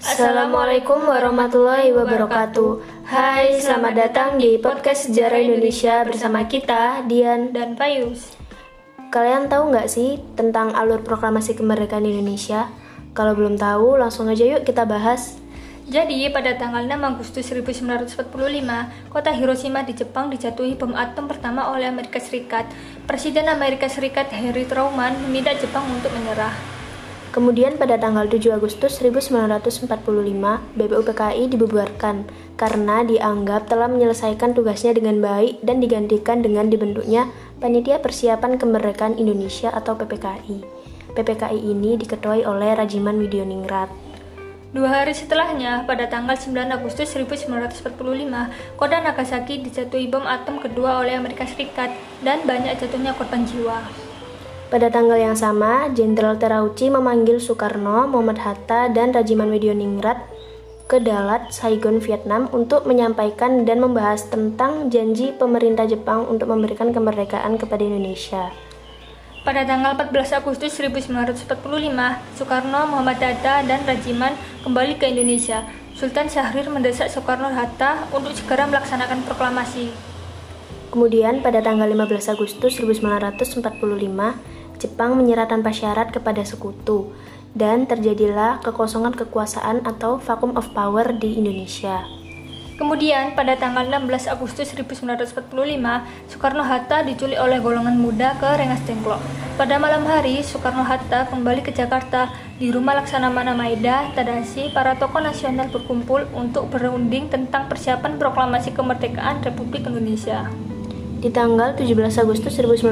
Assalamualaikum warahmatullahi wabarakatuh. Hai, selamat datang di podcast Sejarah Indonesia bersama kita, Dian dan Payus. Kalian tahu nggak sih tentang alur proklamasi kemerdekaan Indonesia? Kalau belum tahu, langsung aja yuk kita bahas. Jadi, pada tanggal 6 Agustus 1945, kota Hiroshima di Jepang dijatuhi bom atom pertama oleh Amerika Serikat. Presiden Amerika Serikat Harry Truman meminta Jepang untuk menyerah. Kemudian pada tanggal 7 Agustus 1945, BPUPKI dibubarkan karena dianggap telah menyelesaikan tugasnya dengan baik dan digantikan dengan dibentuknya Panitia Persiapan Kemerdekaan Indonesia atau PPKI. PPKI ini diketuai oleh Rajiman Widioningrat. 2 hari setelahnya, pada tanggal 9 Agustus 1945, kota Nagasaki dijatuhi bom atom kedua oleh Amerika Serikat dan banyak jatuhnya korban jiwa. Pada tanggal yang sama, Jenderal Terauchi memanggil Soekarno, Muhammad Hatta, dan Rajiman Widioningrat ke Dalat, Saigon, Vietnam untuk menyampaikan dan membahas tentang janji pemerintah Jepang untuk memberikan kemerdekaan kepada Indonesia. Pada tanggal 14 Agustus 1945, Soekarno, Muhammad Hatta, dan Rajiman kembali ke Indonesia. Sultan Syahrir mendesak Soekarno-Hatta untuk segera melaksanakan proklamasi. Kemudian pada tanggal 15 Agustus 1945, Jepang menyerah tanpa syarat kepada sekutu, dan terjadilah kekosongan kekuasaan atau vacuum of power di Indonesia. Kemudian pada tanggal 16 Agustus 1945, Soekarno-Hatta diculik oleh golongan muda ke Rengas Dengklok. Pada malam hari, Soekarno-Hatta kembali ke Jakarta. Di rumah Laksamana Maeda, Tadashi, para tokoh nasional berkumpul untuk berunding tentang persiapan proklamasi kemerdekaan Republik Indonesia. Di tanggal 17 Agustus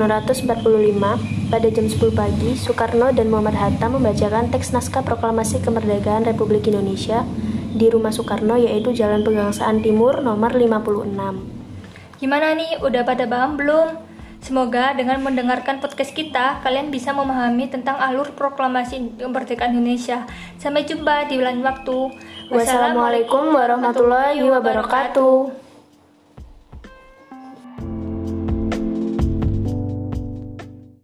1945, pada jam 10 pagi, Soekarno dan Muhammad Hatta membacakan teks naskah proklamasi kemerdekaan Republik Indonesia di rumah Soekarno, yaitu Jalan Pegangsaan Timur nomor 56. Gimana nih, udah pada paham belum? Semoga dengan mendengarkan podcast kita, kalian bisa memahami tentang alur proklamasi kemerdekaan Indonesia. Sampai jumpa di lain waktu. Wassalamualaikum warahmatullahi wabarakatuh.